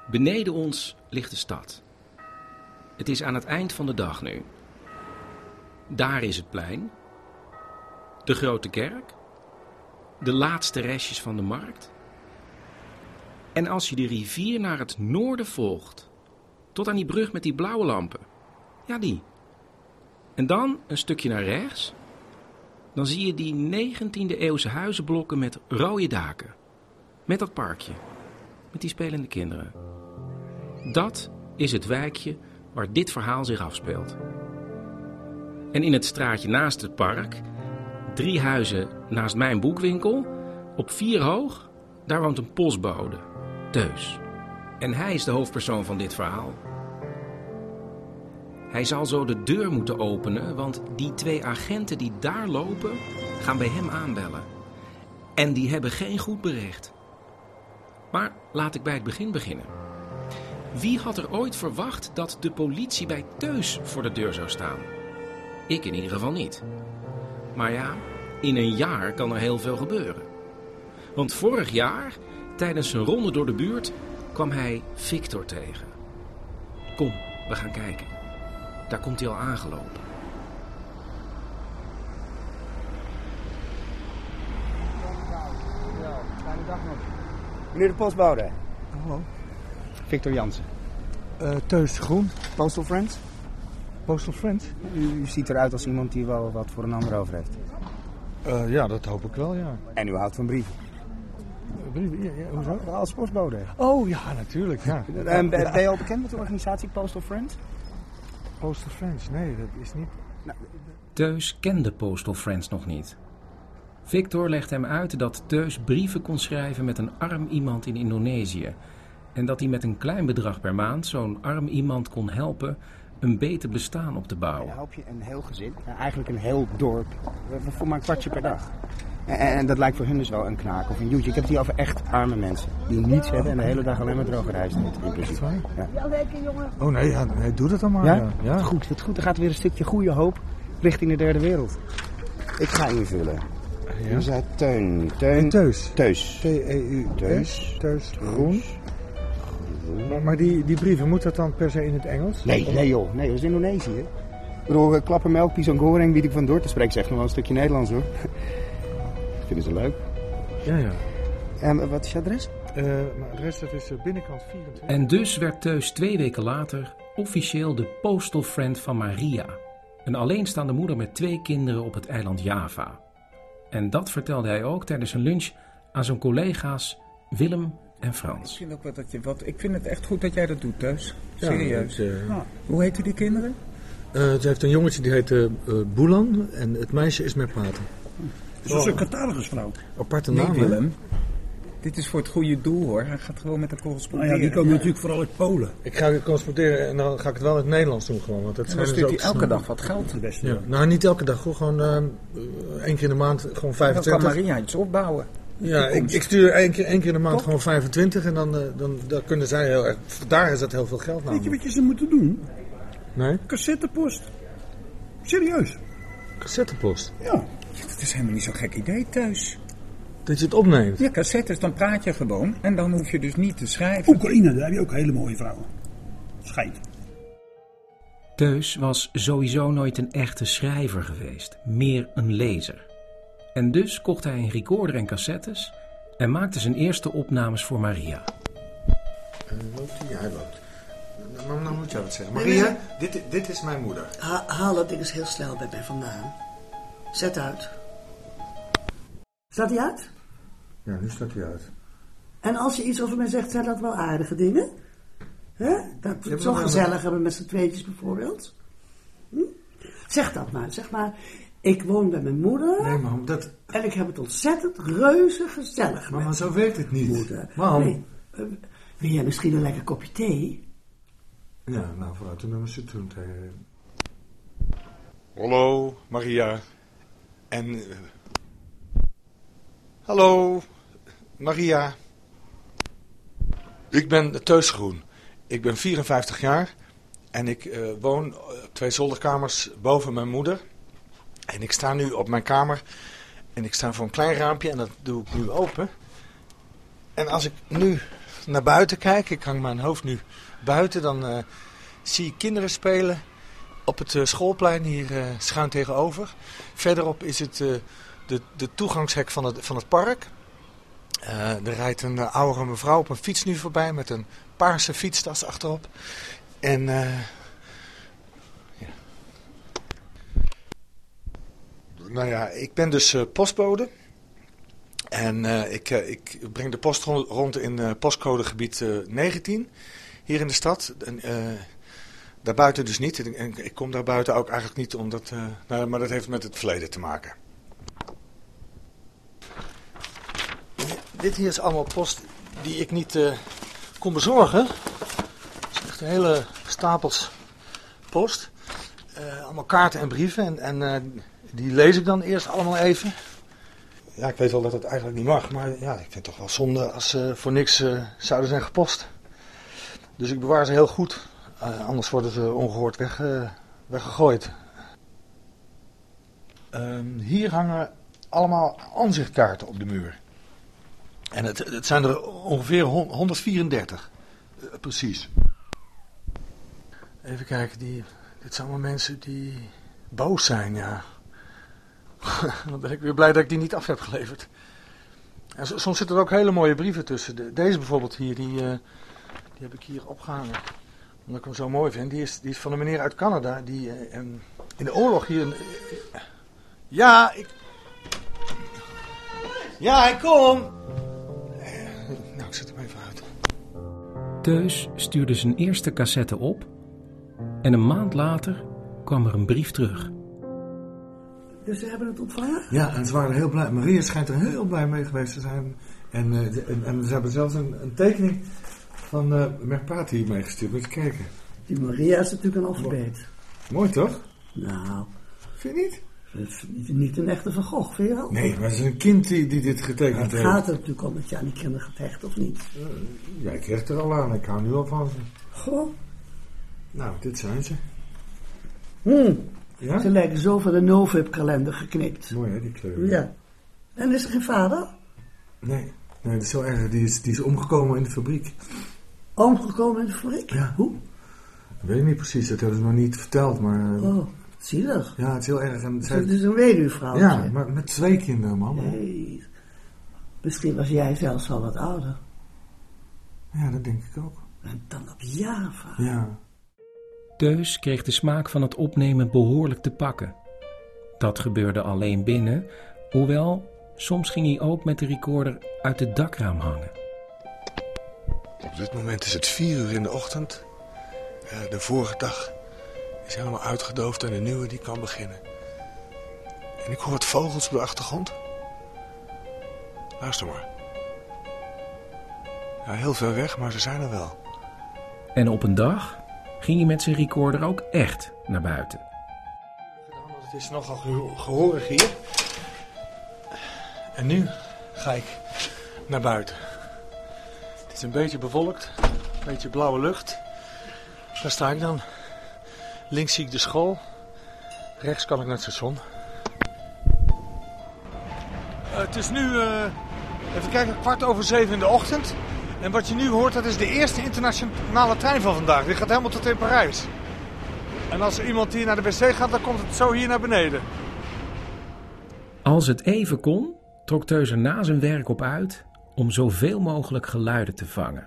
Beneden ons ligt de stad. Het is aan het eind van de dag nu. Daar is het plein. De grote kerk. De laatste restjes van de markt. En als je de rivier naar het noorden volgt, tot aan die brug met die blauwe lampen. Ja, die. En dan een stukje naar rechts. Dan zie je die 19e eeuwse huizenblokken met rode daken. Met dat parkje. Met die spelende kinderen. Dat is het wijkje waar dit verhaal zich afspeelt. En in het straatje naast het park, 3 huizen naast mijn boekwinkel, op 4 hoog, daar woont een postbode, Teus. En hij is de hoofdpersoon van dit verhaal. Hij zal zo de deur moeten openen, want die 2 agenten die daar lopen, gaan bij hem aanbellen. En die hebben geen goed bericht. Maar laat ik bij het begin beginnen. Wie had er ooit verwacht dat de politie bij Teus voor de deur zou staan? Ik in ieder geval niet. Maar ja, in een jaar kan er heel veel gebeuren. Want vorig jaar, tijdens zijn ronde door de buurt, kwam hij Victor tegen. Kom, we gaan kijken. Daar komt hij al aangelopen. Fijne dag nog. Meneer de postbode. Hallo. Victor Jansen. Teus Groen. Postal Friends? Postal Friends? U ziet eruit als iemand die wel wat voor een ander over heeft. Ja, dat hoop ik wel, ja. En u houdt van brieven? Brieven? Ja, hoezo? Als postbode. Oh, ja, natuurlijk, ja. Ben je al bekend met de organisatie Postal Friends? Postal Friends? Nee, dat is niet... Teus kende Postal Friends nog niet. Victor legt hem uit dat Teus brieven kon schrijven met een arm iemand in Indonesië. En dat hij met een klein bedrag per maand zo'n arm iemand kon helpen een beter bestaan op te bouwen. Dan help je een heel gezin, eigenlijk een heel dorp, voor maar een kwartje per dag. En dat lijkt voor hun dus wel een knaak of een joetje. Ik heb het hier over echt arme mensen die niets hebben en de hele dag alleen maar droge rijst eten. In principe. Ja. Oh nee, ja, nee, doe dat dan maar. Ja? Ja. Goed, het goed. Er gaat weer een stukje goede hoop richting de derde wereld. Ik ga invullen. Ja? U zei Teun. Teus. Teus. T-E-U. Teus. Teus Groen. Maar die brieven, moet dat dan per se in het Engels? Nee joh. Nee, dat is Indonesië. Ik bedoel, klappermelk, pisang goreng, wie ik van door te spreken. Zegt nog wel een stukje Nederlands hoor. Vinden ze leuk. Ja. En wat is je adres? Mijn adres dat is binnenkant 24. En dus werd Teus 2 weken later officieel de postal friend van Maria. Een alleenstaande moeder met 2 kinderen op het eiland Java. En dat vertelde hij ook tijdens zijn lunch aan zijn collega's Willem en Frans. Ik vind ook ik vind het echt goed dat jij dat doet, Teus. Serieus. Ja, Hoe heten die kinderen? ze heeft een jongetje die heet Boelan en het meisje is Merpaten. Dat is een catalogus-vrouw. Aparte Nee, naam, hè? Willem. Dit is voor het goede doel, hoor. Hij gaat gewoon met haar Nou corresponderen. ja, die komen natuurlijk vooral uit Polen. Ik ga corresponderen en dan ga ik het wel in het Nederlands doen gewoon. Want dat En dan zijn stuurt dus hij ook elke dag wat geld. De beste. Ja. Nou, niet elke dag, gewoon 1 keer in de maand, gewoon Dan 25. kan Maria iets opbouwen. Ja, ik stuur één keer in de maand gewoon 25 en dan kunnen zij heel erg... Daar is dat heel veel geld Weet je namelijk. wat je ze moeten doen? Nee? Cassettepost. Serieus. Cassettepost. Ja. Ja, dat is helemaal niet zo'n gek idee, Teus. Dat je het opneemt. Ja, cassettes, dan praat je gewoon. En dan hoef je dus niet te schrijven. Oekraïne, daar heb je ook hele mooie vrouwen. Schijt. Teus was sowieso nooit een echte schrijver geweest, meer een lezer. En dus kocht hij een recorder en cassettes en maakte zijn eerste opnames voor Maria. Loopt hij? Ja, hij loopt. Nou moet jij wat zeggen. Maria, dit is mijn moeder. Haal dat ding eens heel snel bij mij vandaan. Zet uit. Staat hij uit? Ja, nu staat hij uit. En als je iets over mij zegt, zijn dat wel aardige dingen? Hè? Dat we het zo maar- gezellig hebben met z'n tweetjes bijvoorbeeld. Zeg dat maar. Zeg maar, ik woon bij mijn moeder. Nee, mam, dat... En ik heb het ontzettend reuze gezellig met Mama, zo werkt het niet. moeder. Mam. Nee, wil jij misschien een lekker kopje thee? Ja, nou, vooruit. Toen hebben we ze toen tegen... Hallo, Maria. En... Hallo, Maria. Ik ben Teus Groen. Ik ben 54 jaar. En ik woon 2 zolderkamers boven mijn moeder. En ik sta nu op mijn kamer. En ik sta voor een klein raampje. En dat doe ik nu open. En als ik nu naar buiten kijk, ik hang mijn hoofd nu buiten, dan zie ik kinderen spelen op het schoolplein hier schuin tegenover. Verderop is het de toegangshek van het park. Er rijdt een oudere mevrouw op een fiets nu voorbij met een paarse fietstas achterop. En ja. Nou ja, ik ben dus postbode. En ik breng de post rond in postcodegebied 19 hier in de stad. Daarbuiten dus niet. Ik kom daar buiten ook eigenlijk niet omdat... maar dat heeft met het verleden te maken. Dit hier is allemaal post die ik niet kon bezorgen. Het is echt een hele stapels post. Allemaal kaarten en brieven. En die lees ik dan eerst allemaal even. Ja, ik weet wel dat het eigenlijk niet mag. Maar ja, ik vind het toch wel zonde als ze voor niks zouden zijn gepost. Dus ik bewaar ze heel goed. Anders worden ze ongehoord weggegooid. Hier hangen allemaal aanzichtkaarten op de muur. En het zijn er ongeveer 134. Precies. Even kijken, dit zijn allemaal mensen die boos zijn, ja. Dan ben ik weer blij dat ik die niet af heb geleverd. En soms zitten er ook hele mooie brieven tussen. Deze bijvoorbeeld hier, die heb ik hier opgehangen. Omdat ik hem zo mooi vind. Die is van een meneer uit Canada. Die in de oorlog hier... Ja, ik kom! Nou, ik zet hem even uit. Teus stuurde zijn eerste cassette op. En een maand later kwam er een brief terug. Dus ze hebben het ontvangen? Ja, en ze waren heel blij. Maria schijnt er heel blij mee geweest te zijn. En ze hebben zelfs een tekening van Merpati meegestuurd. Moet je kijken. Die Maria is natuurlijk een alfabet. Mooi toch? Nou, Vind je niet? het is niet een echte Van Gogh, vind je wel? Nee, maar het is een kind die dit getekend Het heeft. gaat er natuurlijk om dat je aan die kinderen gaat hechten, of niet? Ja, ik hecht er al aan. Ik hou nu al van ze. Goh. Nou, dit zijn ze. Ze Ja? lijken zo van de Novib-kalender geknipt. Mooi hè, die kleur. Ja. En is er geen vader? Nee, dat is heel erg. Die is omgekomen in de fabriek. Omgekomen in de fabriek? Ja. Hoe? Dat weet ik niet precies. Dat hebben ze nog niet verteld. Maar Oh, zielig. ja, het is heel erg. En Het is een weduwvrouw. ja, maar met 2 kinderen, man. Nee. Misschien was jij zelfs al wat ouder. Ja, dat denk ik ook. En dan op Java. Ja. Teus kreeg de smaak van het opnemen behoorlijk te pakken. Dat gebeurde alleen binnen, hoewel soms ging hij ook met de recorder uit het dakraam hangen. Op dit moment is het 4 uur in de ochtend. De vorige dag is helemaal uitgedoofd en de nieuwe die kan beginnen. En ik hoor wat vogels op de achtergrond. Luister maar. Ja, heel ver weg, maar ze zijn er wel. En op een dag ging hij met zijn recorder ook echt naar buiten. Het is nogal gehoorig hier. En nu ga ik naar buiten. Het is een beetje bewolkt, een beetje blauwe lucht. Daar sta ik dan. Links zie ik de school. Rechts kan ik naar het station. Het is nu, even kijken, 6:15 in de ochtend. En wat je nu hoort, dat is de eerste internationale trein van vandaag. Die gaat helemaal tot in Parijs. En als er iemand hier naar de wc gaat, dan komt het zo hier naar beneden. Als het even kon, trok Teus er na zijn werk op uit om zoveel mogelijk geluiden te vangen.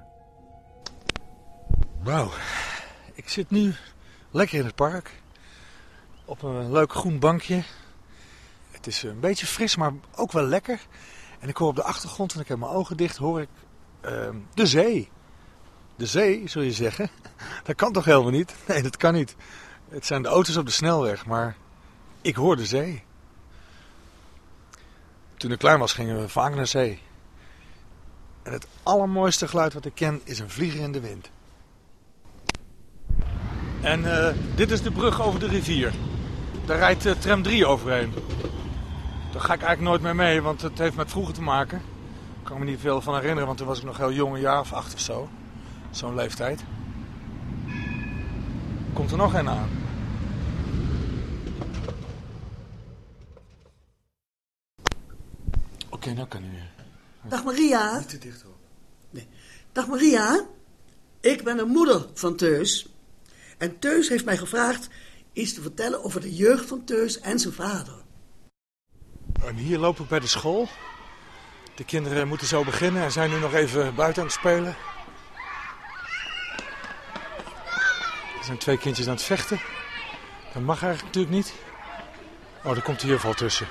Wauw, ik zit nu lekker in het park. Op een leuk groen bankje. Het is een beetje fris, maar ook wel lekker. En ik hoor op de achtergrond, want ik heb mijn ogen dicht, hoor ik de zee. De zee, zul je zeggen? Dat kan toch helemaal niet? Nee, dat kan niet. Het zijn de auto's op de snelweg, maar ik hoor de zee. Toen ik klein was, gingen we vaak naar zee. En het allermooiste geluid wat ik ken is een vlieger in de wind. En dit is de brug over de rivier. Daar rijdt tram 3 overheen. Daar ga ik eigenlijk nooit meer mee, want het heeft met vroeger te maken. Ik kan me niet veel van herinneren, want toen was ik nog heel jong, een jaar of 8 of zo. Zo'n leeftijd. Komt er nog een aan. Oké, nou kan u weer. Dag Maria. Niet te dicht op. Nee. Dag Maria, ik ben de moeder van Teus. En Teus heeft mij gevraagd iets te vertellen over de jeugd van Teus en zijn vader. En hier loop ik bij de school. De kinderen moeten zo beginnen en zijn nu nog even buiten aan het spelen. Er zijn 2 kindjes aan het vechten. Dat mag eigenlijk natuurlijk niet. Oh, daar komt de juffrouw tussen.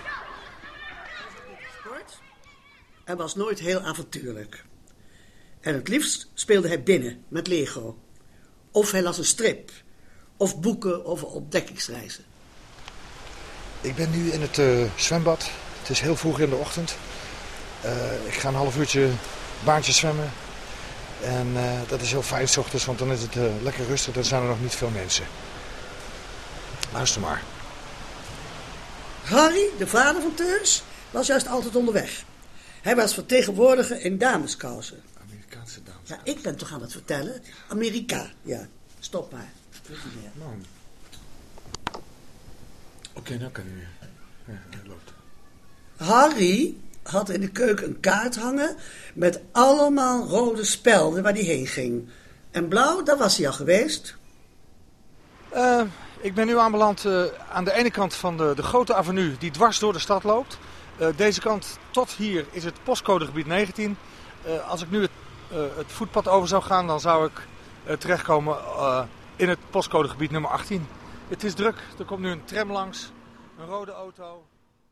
Hij was nooit heel avontuurlijk. En het liefst speelde hij binnen met Lego. Of hij las een strip. Of boeken over ontdekkingsreizen. Ik ben nu in het zwembad. Het is heel vroeg in de ochtend. Ik ga een half uurtje baantje zwemmen. En dat is heel fijn 's ochtends, want dan is het lekker rustig. Dan zijn er nog niet veel mensen. Luister maar. Harry, de vader van Teus, was juist altijd onderweg. Hij was vertegenwoordiger in dameskousen. Amerikaanse dames. Ja, ik ben toch aan het vertellen. Amerika, ja. Stop maar. Oké, nou kan hij weer. Ja, hij loopt. Harry had in de keuken een kaart hangen met allemaal rode spelden waar hij heen ging. En blauw, daar was hij al geweest. Ik ben nu aanbeland aan de ene kant van de grote avenue die dwars door de stad loopt. Deze kant tot hier is het postcodegebied 19. Als ik nu het voetpad over zou gaan, dan zou ik terechtkomen in het postcodegebied nummer 18. Het is druk, er komt nu een tram langs, een rode auto.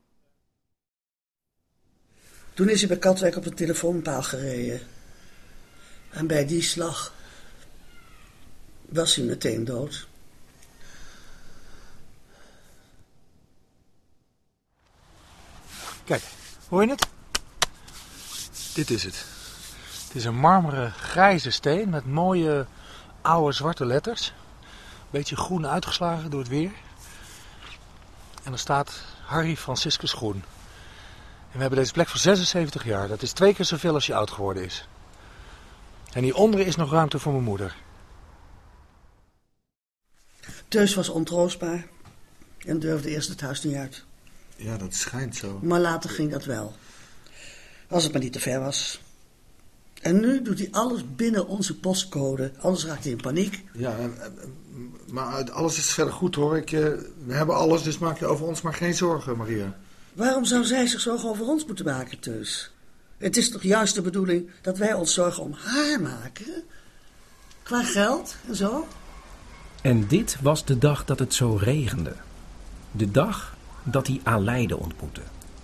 Toen is hij bij Katwijk op een telefoonpaal gereden. En bij die slag was hij meteen dood. Kijk, hoor je het? Dit is het. Het is een marmeren grijze steen met mooie oude zwarte letters. Beetje groen uitgeslagen door het weer. En er staat Harry Franciscus Groen. En we hebben deze plek voor 76 jaar. Dat is 2 keer zoveel als je oud geworden is. En hieronder is nog ruimte voor mijn moeder. Teus was ontroostbaar en durfde eerst het huis niet uit. Ja, dat schijnt zo. Maar later ging dat wel. Als het maar niet te ver was. En nu doet hij alles binnen onze postcode. Anders raakt hij in paniek. Ja, maar alles is verder goed hoor. We hebben alles, dus maak je over ons maar geen zorgen, Maria. Waarom zou zij zich zorgen over ons moeten maken, Teus? Het is toch juist de bedoeling dat wij ons zorgen om haar maken? Qua geld en zo? En dit was de dag dat het zo regende. De dag dat hij Aleide ontmoette.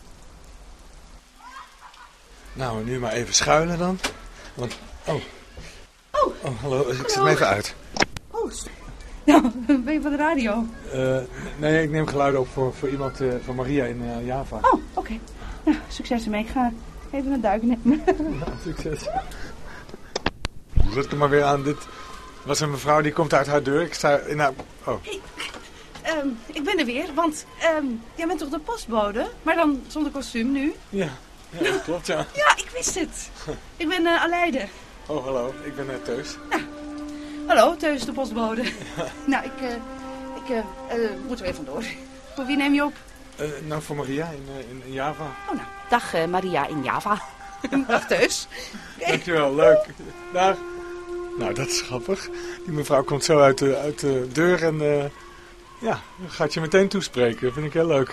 Nou, nu maar even schuilen dan. Want, hallo, ik zet hem even uit. Nou, ben je van de radio? Nee, ik neem geluiden op voor iemand van Maria in Java. Oh, oké. Nou, succes ermee. Ik ga even een duik nemen. Nou, succes. Zet ik er maar weer aan. Dit was een mevrouw die komt uit haar deur. Ik sta in haar... Oh. Hey, ik ben er weer, want jij bent toch de postbode? Maar dan zonder kostuum nu? Ja, dat klopt, ja. Ja, ik wist het. Ik ben Aleide. Oh, hallo. Ik ben Teus. Nou, hallo, Teus, de postbode. Ja. Nou, ik moet er even vandoor. Voor wie neem je op? Nou, voor Maria in Java. Oh, nou, dag Maria in Java. Dag Teus. Okay. Dankjewel, leuk. Dag. Nou, dat is grappig. Die mevrouw komt zo uit de deur en dan gaat je meteen toespreken. Dat vind ik heel leuk.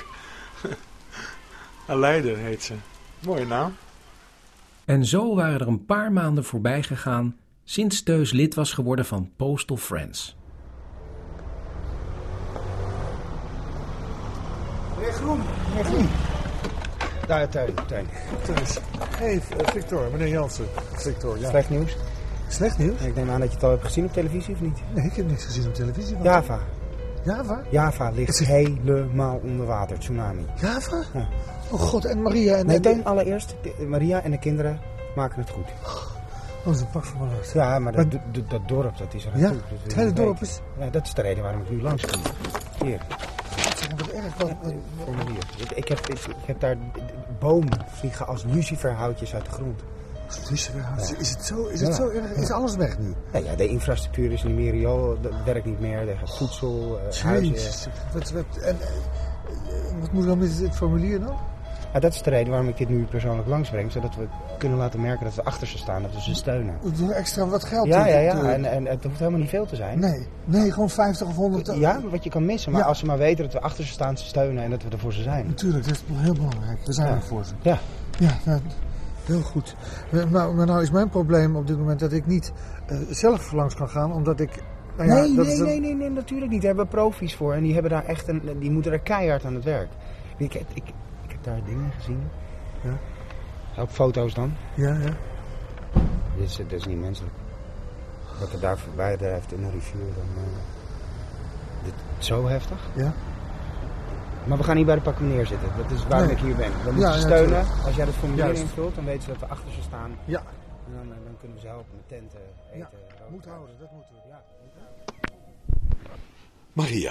Aleide heet ze. Mooie naam. En zo waren er een paar maanden voorbij gegaan sinds Teus lid was geworden van Postal Friends. Meneer Groen. Daar, tuin. Teus. Hey, Victor, meneer Jansen. Victor, ja. Slecht nieuws. Slecht nieuws? Ik neem aan dat je het al hebt gezien op televisie, of niet? Nee, ik heb niks gezien op televisie. Java. Java? Java ligt helemaal onder water, tsunami. Java? Ja. Oh god, en Maria en... Nee, dan allereerst, Maria en de kinderen maken het goed. Oh, dat is een pak van mijn hoofd. Ja, maar dat dorp, dat is er ja, natuurlijk. het hele dorp is... Ja, dat is de reden waarom ik nu langs kom. Hier. Wat erg, wat... Formulier. Ik heb daar bomen vliegen als luciferhoutjes uit de grond. Luciferhoutjes? Ja. Is het zo erg? Is alles weg nu? Ja, de infrastructuur is niet meer riool, dat werkt niet meer. Er gaat voedsel, huizen. Wat moet dan met het formulier dan? Ja, dat is de reden waarom ik dit nu persoonlijk langsbreng. Zodat we kunnen laten merken dat we achter ze staan, dat we ze steunen. We doen extra wat geld. Ja. En het hoeft helemaal niet veel te zijn. Nee, gewoon 50 of 100. Ja, wat je kan missen. Maar als ze maar weten dat we achter ze staan, ze steunen en dat we er voor ze zijn. Natuurlijk, dat is heel belangrijk. We zijn er voor ze. Ja. Ja, heel goed. Maar nou is mijn probleem op dit moment dat ik niet zelf langs kan gaan, omdat ik... Nee, natuurlijk niet. Daar hebben we profies voor. En die hebben daar echt die moeten er keihard aan het werk. Ik heb daar dingen gezien. Ja. Ook foto's dan. Ja. Dit is niet menselijk. Wat er daar voorbij drijft in een rivier, dan... dit is zo heftig. Ja. Maar we gaan niet bij de pakken neerzitten. Dat is waarom ik hier ben. We moeten ze steunen. Als jij dat formulier invult, dan weten ze dat we achter ze staan. Ja. En dan kunnen we ze helpen met tenten, eten. Ja, moet houden, dat moeten we. Ja. Maria,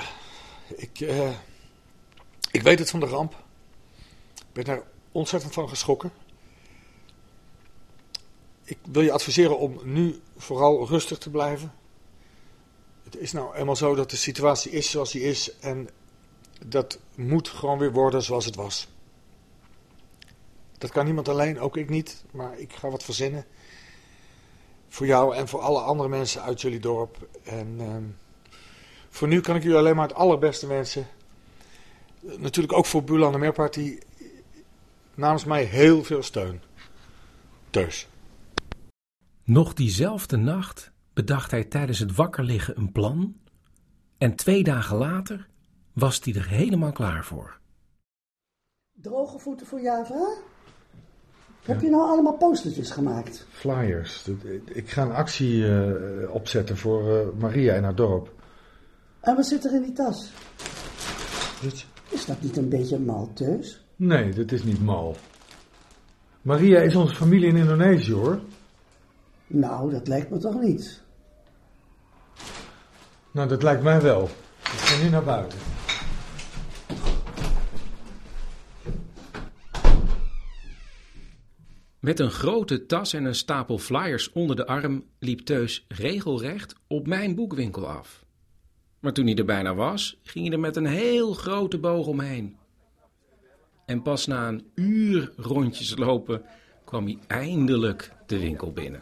ik weet het van de ramp. Ik ben daar ontzettend van geschrokken. Ik wil je adviseren om nu vooral rustig te blijven. Het is nou eenmaal zo dat de situatie is zoals die is. En dat moet gewoon weer worden zoals het was. Dat kan niemand alleen, ook ik niet. Maar ik ga wat verzinnen. Voor jou en voor alle andere mensen uit jullie dorp. En voor nu kan ik jullie alleen maar het allerbeste wensen. Natuurlijk ook voor Bulan de Merparty. Namens mij heel veel steun. Teus. Nog diezelfde nacht bedacht hij tijdens het wakker liggen een plan. En 2 dagen later was hij er helemaal klaar voor. Droge voeten voor Java? Heb je nou allemaal postertjes gemaakt? Flyers. Ik ga een actie opzetten voor Maria en haar dorp. En wat zit er in die tas? Dit? Is dat niet een beetje mal, Teus? Nee, dat is niet mal. Maria is onze familie in Indonesië, hoor. Nou, dat lijkt me toch niet. Nou, dat lijkt mij wel. Ik ga nu naar buiten. Met een grote tas en een stapel flyers onder de arm liep Teus regelrecht op mijn boekwinkel af. Maar toen hij er bijna was, ging hij er met een heel grote boog omheen. En pas na een uur rondjes lopen kwam hij eindelijk de winkel binnen.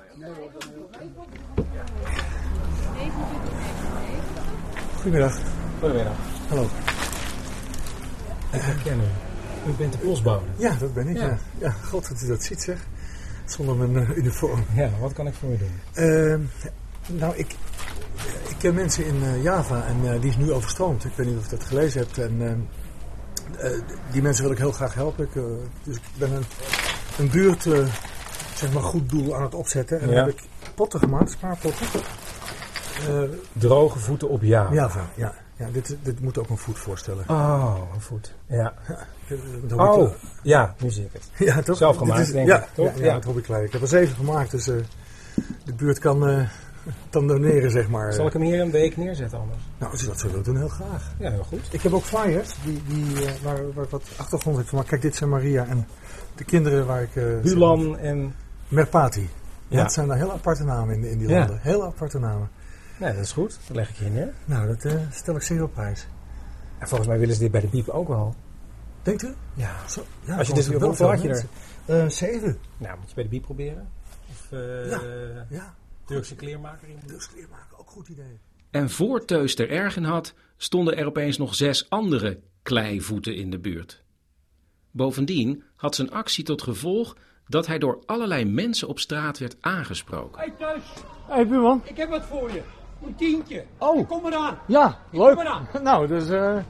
Goedemiddag. Goedemiddag. Hallo. Ik herken u. U bent de postbode. Ja, dat ben ik. Ja, god dat u dat ziet, zeg. Zonder mijn uniform. Ja, wat kan ik voor u doen? Nou, ik ken mensen in Java en die is nu overstroomd. Ik weet niet of je dat gelezen hebt. En die mensen wil ik heel graag helpen. Dus ik ben een buurt, zeg maar, goed doel aan het opzetten. En dan heb ik potten gemaakt, spaarpotten. Droge voeten op Java. Java, ja. Dit moet ook een voet voorstellen. Oh, een voet. Ja. Ja, nu zie ik het. Ja, toch? Zelf gemaakt, denk ik. Toch? Ja, dat hoop ik gelijk. Ik heb er 7 gemaakt, dus de buurt kan doneren, zeg maar. Zal ik hem hier een week neerzetten anders? Nou, als je dat zo wilt doen, heel graag. Ja, heel goed. Ik heb ook flyers waar ik wat achtergrond heb van. Maar kijk, dit zijn Maria en de kinderen waar ik... Bulan en... Merparty. Ja, dat zijn daar heel aparte namen in die landen. Heel aparte namen. Nee, dat is goed. Dat leg ik hier neer. Nou, dat stel ik zeer op prijs. En volgens mij willen ze dit bij de Biep ook wel. Denkt u? Ja. Zo, ja, als je dit wil, hoeveel had je er? 7. Nou, moet je bij de Biep proberen. Of Turkse kleermaker. Turkse kleermaker, ook goed idee. En voor Teus er erg in had, stonden er opeens nog 6 andere kleivoeten in de buurt. Bovendien had zijn actie tot gevolg dat hij door allerlei mensen op straat werd aangesproken. Hey Teus. Hey buurman. Ik heb wat voor je. Een tientje. Oh. Kom eraan. Ja, leuk. Kom eraan. Nou, dus... Hey.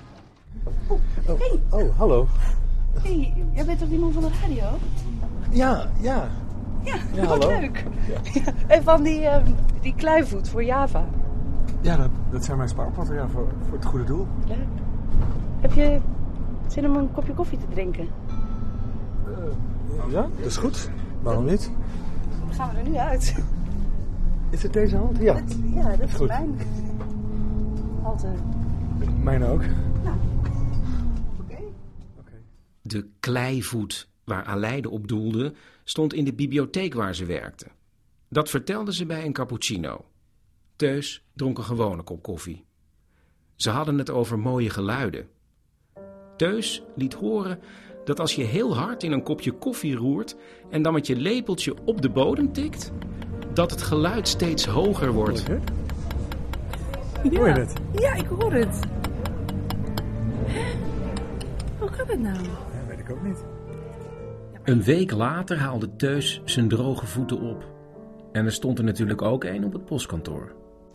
Oh, hallo. Hey, jij bent toch die man van de radio? Ja, wat hallo. leuk. Ja. En van die kleivoet voor Java. Ja, dat zijn mijn spaarpotten voor het goede doel. Leuk. Heb je zin om een kopje koffie te drinken? Ja, dat is goed. Waarom niet? Dan gaan we er nu uit. Is het deze hand? Ja. Dat is goed. Mijn halte. Mijn ook. Nou, oké. De kleivoet waar Aleide op doelde, stond in de bibliotheek waar ze werkte. Dat vertelde ze bij een cappuccino. Teus dronk een gewone kop koffie. Ze hadden het over mooie geluiden. Teus liet horen dat als je heel hard in een kopje koffie roert en dan met je lepeltje op de bodem tikt, dat het geluid steeds hoger wordt. Ja. Hoor je het? Ja, ik hoor het. Hoe kan het nou? Ja, weet ik ook niet. Een week later haalde Teus zijn droge voeten op. En er stond er natuurlijk ook één op het postkantoor.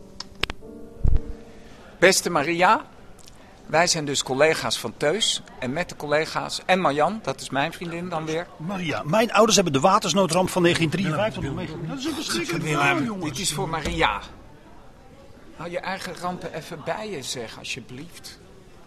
Beste Maria, wij zijn dus collega's van Teus. En met de collega's en Marjan, dat is mijn vriendin dan weer. Maria, mijn ouders hebben de watersnoodramp van 1953 nog meegemaakt. Dat is een verschrikkelijk verhaal, jongens. Dit is voor Maria. Hou je eigen rampen even bij je, zeg, alsjeblieft.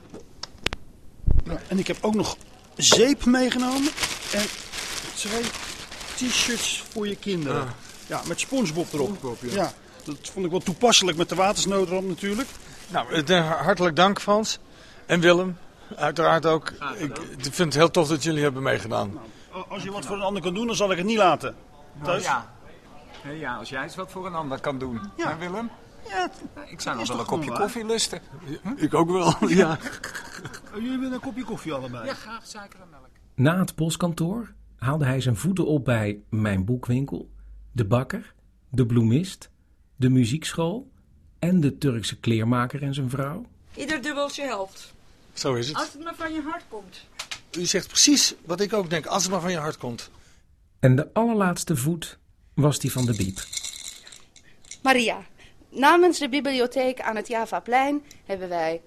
Ja, en ik heb ook nog zeep meegenomen. En 2 t-shirts voor je kinderen. Ah. Ja, met SpongeBob erop. SpongeBob, ja. Ja, dat vond ik wel toepasselijk met de watersnoodramp natuurlijk. Nou, hartelijk dank Frans. En Willem, uiteraard ook. Ik vind het heel tof dat jullie hebben meegedaan. Nou, als je wat voor een ander kan doen, dan zal ik het niet laten. Thuis? Ja, als jij eens wat voor een ander kan doen. Ja. Hè, Willem? Ja, Ik zou nog is wel een toch kopje gewoon koffie lusten. Ik ook wel, ja. Jullie willen een kopje koffie allebei? Ja, graag suiker en melk. Na het postkantoor haalde hij zijn voeten op bij mijn boekwinkel, de bakker, de bloemist, de muziekschool en de Turkse kleermaker en zijn vrouw. Ieder dubbeltje helpt. Zo is het. Als het maar van je hart komt. U zegt precies wat ik ook denk, als het maar van je hart komt. En de allerlaatste voet was die van de biep. Maria, namens de bibliotheek aan het Javaplein hebben wij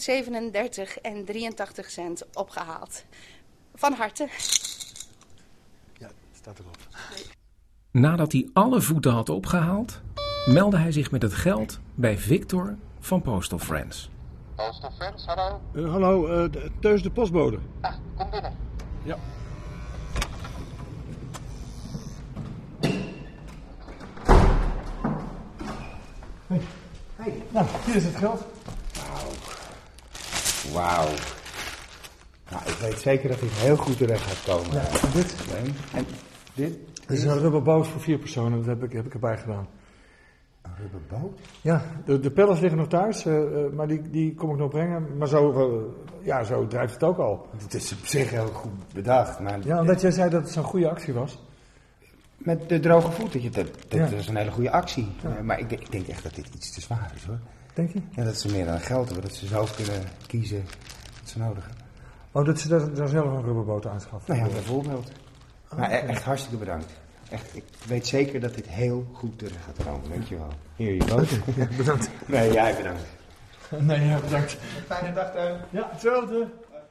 137,83 opgehaald. Van harte. Ja, staat erop. Nadat hij alle voeten had opgehaald, meldde hij zich met het geld bij Victor van Postal Friends. Postal Friends, hallo? Hallo, Teus de postbode. Ah, kom binnen. Ja. Hey. Nou, hier is het geld. Wauw. Nou, ik weet zeker dat ik heel goed terecht ga komen. Ja, en dit? En dit? Dit is een rubberboot voor 4 personen, dat heb ik erbij gedaan. Een rubberboot? Ja, de pellets liggen nog thuis, maar die kom ik nog brengen. Maar zo drijft het ook al. Het is op zich heel goed bedacht. Maar Ja, omdat jij zei dat het zo'n goede actie was. met de droge voeten, dat Ja. is een hele goede actie. Ja. Maar ik denk echt dat dit iets te zwaar is, hoor. Denk je? Ja, dat ze meer dan geld hebben, dat ze zelf kunnen kiezen wat ze nodig hebben. Oh, dat ze daar zelf een rubberboot aanschaffen. Nou ja, bijvoorbeeld. Maar echt hartstikke bedankt. Echt, ik weet zeker dat dit heel goed terecht gaat komen, dankjewel. Hier, je boot. Ja, bedankt. Nee, jij bedankt. Nee, ja, bedankt. Fijne dag, Teun. Ja, hetzelfde.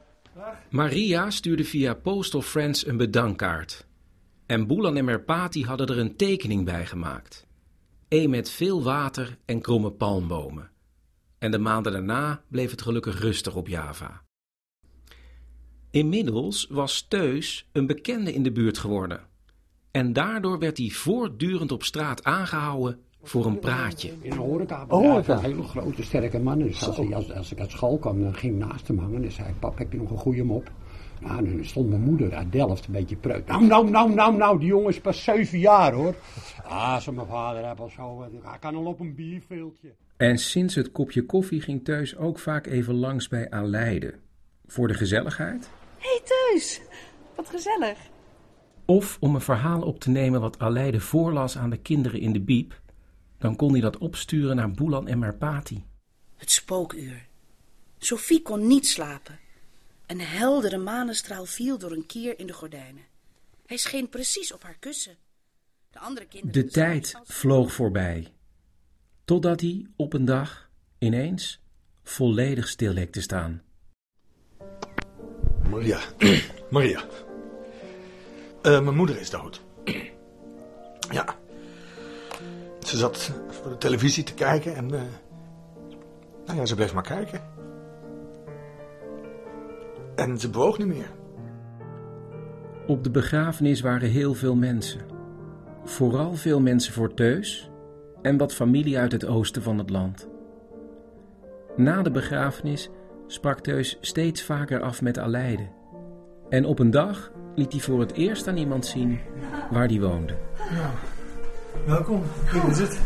Maria stuurde via Postal Friends een bedankkaart. En Boelan en Merpati hadden er een tekening bij gemaakt. Een met veel water en kromme palmbomen. En de maanden daarna bleef het gelukkig rustig op Java. Inmiddels was Teus een bekende in de buurt geworden. En daardoor werd hij voortdurend op straat aangehouden voor een praatje. In een horecabedrijf, een hele grote, sterke man. Dus als ik uit school kwam, dan ging ik naast hem hangen en zei: pap, heb je nog een goede mop? Nou, en dan stond mijn moeder uit Delft een beetje preut. Nou, die jongen is pas 7 jaar, hoor. Zei mijn vader, heb al zo, hij kan al op een bierveeltje. En sinds het kopje koffie ging Teus ook vaak even langs bij Aleide. Voor de gezelligheid. Hé, Teus, wat gezellig. Of om een verhaal op te nemen wat Aleide voorlas aan de kinderen in de biep. Dan kon hij dat opsturen naar Boelan en Merpati. Het spookuur. Sophie kon niet slapen. Een heldere manestraal viel door een kier in de gordijnen. Hij scheen precies op haar kussen. De andere kinderen... De tijd vloog voorbij. Totdat hij op een dag ineens volledig stil leek te staan. Maria. Mijn moeder is dood. Ja. Ze zat voor de televisie te kijken en... ze bleef maar kijken. En ze bewoog niet meer. Op de begrafenis waren heel veel mensen. Vooral veel mensen voor Teus en wat familie uit het oosten van het land. Na de begrafenis sprak Teus steeds vaker af met Aleide. En op een dag liet hij voor het eerst aan iemand zien waar hij woonde. Ja. Welkom, hier is het.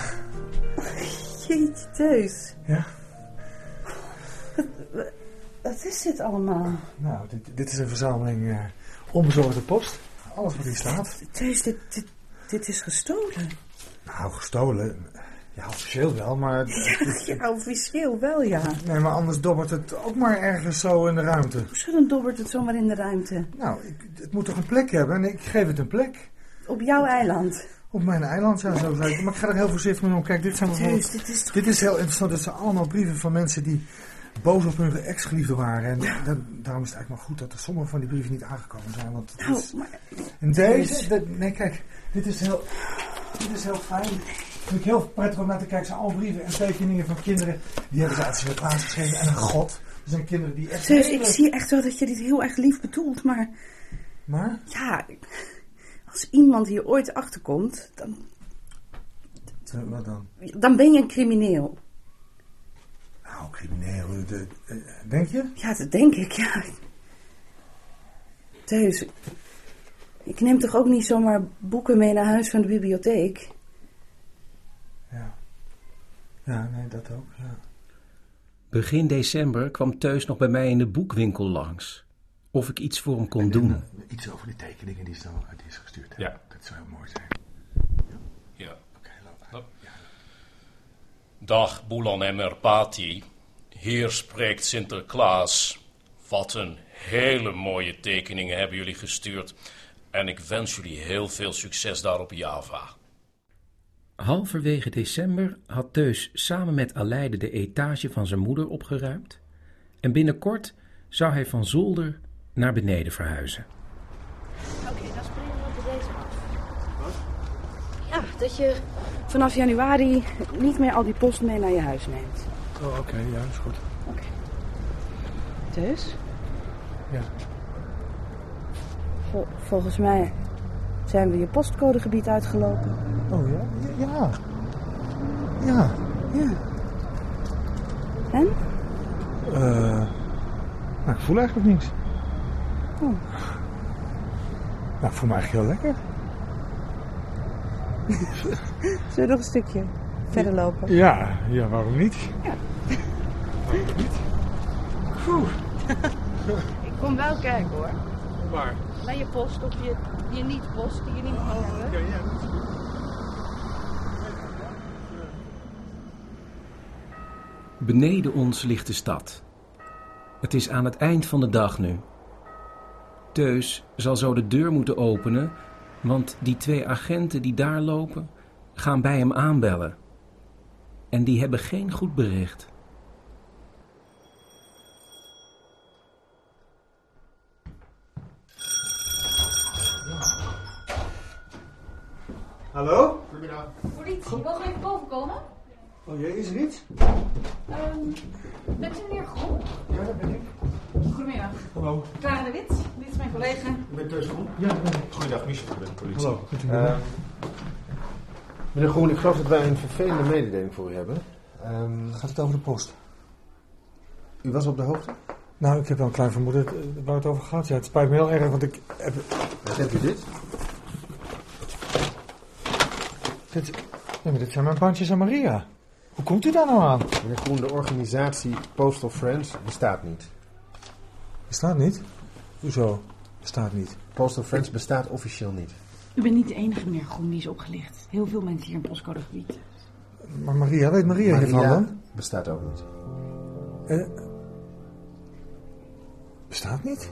Jeetje, Teus. Ja? Wat is dit allemaal? Nou, dit is een verzameling onbezorgde post. Alles wat hier staat. Theus, dit is gestolen. Nou, gestolen. Ja, officieel wel, maar... Ja, officieel wel, ja. Nee, maar anders dobbert het ook maar ergens zo in de ruimte. Hoezo dan dobbert het zomaar in de ruimte? Nou, het moet toch een plek hebben en ik geef het een plek. Op jouw eiland? Op mijn eiland, ja, zo zei ik. Maar ik ga er heel voorzichtig mee om. Kijk, dit zijn bijvoorbeeld... Dit is heel interessant. Het zijn allemaal brieven van mensen die boos op hun ex-geliefde waren. En daarom is het eigenlijk maar goed dat er sommige van die brieven niet aangekomen zijn. Want het is... En deze... Nee, kijk, dit is heel fijn. Vind ik heel prettig om naar te kijken. Het zijn allemaal brieven en tekeningen van kinderen. Die hebben ze uit Sinterklaas geschreven. En een god. Er zijn kinderen die echt... Dus ik zie echt wel dat je dit heel erg lief bedoelt, maar... Maar? Ja, als iemand hier ooit achterkomt, dan... Wat dan? Dan ben je een crimineel. Nou, crimineel, denk je? Ja, dat denk ik, ja. Theus, ik neem toch ook niet zomaar boeken mee naar huis van de bibliotheek? Ja, nee, dat ook, ja. Begin december kwam Theus nog bij mij in de boekwinkel langs. Of ik iets voor hem kon doen. Iets over die tekeningen die is gestuurd. Ja. Dat zou heel mooi zijn. Ja. Oké, loop. Ja. Dag Boelan en Merpati. Hier spreekt Sinterklaas. Wat een hele mooie tekeningen hebben jullie gestuurd. En ik wens jullie heel veel succes daar op Java. Halverwege december had Theus samen met Aleide de etage van zijn moeder opgeruimd. En binnenkort zou hij van zolder naar beneden verhuizen. Oké, dan springen we op deze af. Wat? Ja, dat je vanaf januari niet meer al die post mee naar je huis neemt. Oh, oké, ja, dat is goed. Oké. Dus? Ja. Volgens mij zijn we je postcodegebied uitgelopen. Oh ja? Ja. En? Nou, ik voel eigenlijk niks. Oh. Nou, ik voel me eigenlijk heel lekker. Zullen we nog een stukje verder lopen? Ja, waarom niet? Ja. Waarom niet? Ik kom wel kijken hoor. Waar? Naar je post of je niet-post die je niet mag hebben. Ja, dat is goed. Beneden ons ligt de stad. Het is aan het eind van de dag nu. Theus zal zo de deur moeten openen, want die 2 agenten die daar lopen, gaan bij hem aanbellen. En die hebben geen goed bericht. Hallo? Goedemiddag. Politie, mogen we even boven komen? Oh jee, is er iets? Bent u meneer Groen? Ja, dat ben ik. Goedemiddag. Hallo. Clara de Wit, dit is mijn collega. U bent Theus Groen? Ja, dat ben ik. Goedendag, Michel, ik ben de politie. Hallo, goedemiddag. Meneer Groen, ik geloof dat wij een vervelende mededeling voor u hebben. Gaat het over de post? U was op de hoogte? Nou, ik heb wel een klein vermoeden waar het over gaat. Ja, het spijt me heel erg, want ik heb... Wat hebt u dit? Ja, maar dit zijn mijn bandjes aan Maria. Hoe komt u daar nou aan? Meneer Groen, de organisatie Postal Friends bestaat niet. Bestaat niet? Hoezo? Bestaat niet. Postal Friends bestaat officieel niet. U bent niet de enige meneer Groen die is opgelicht. Heel veel mensen hier in postcodegebied. Maar Maria, weet Maria hiervan dan? Bestaat ook niet. Bestaat niet?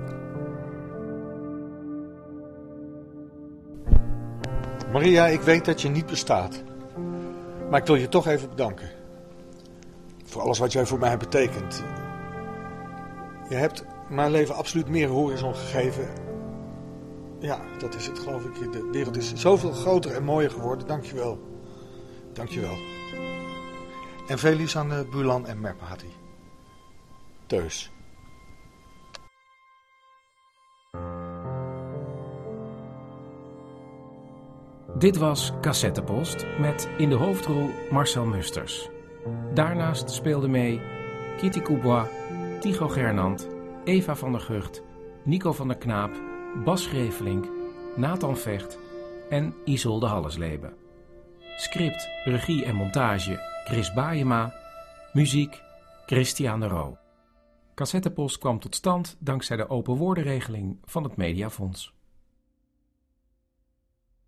Maria, ik weet dat je niet bestaat. Maar ik wil je toch even bedanken. Voor alles wat jij voor mij hebt betekend. Je hebt mijn leven absoluut meer horizon gegeven. Ja, dat is het, geloof ik. De wereld is zoveel groter en mooier geworden. Dank je wel. Dank je wel. En veel liefs aan Boelan en Merpati. Theus. Dit was Cassettepost met in de hoofdrol Marcel Musters. Daarnaast speelden mee Kitty Coubois, Tycho Gernand, Eva van der Gucht, Nico van der Knaap, Bas Grevelink, Nathan Vecht en Isolde Hallesleben. Script, regie en montage Chris Baayema. Muziek Christian de Roo. Cassettepost kwam tot stand dankzij de open woordenregeling van het Mediafonds.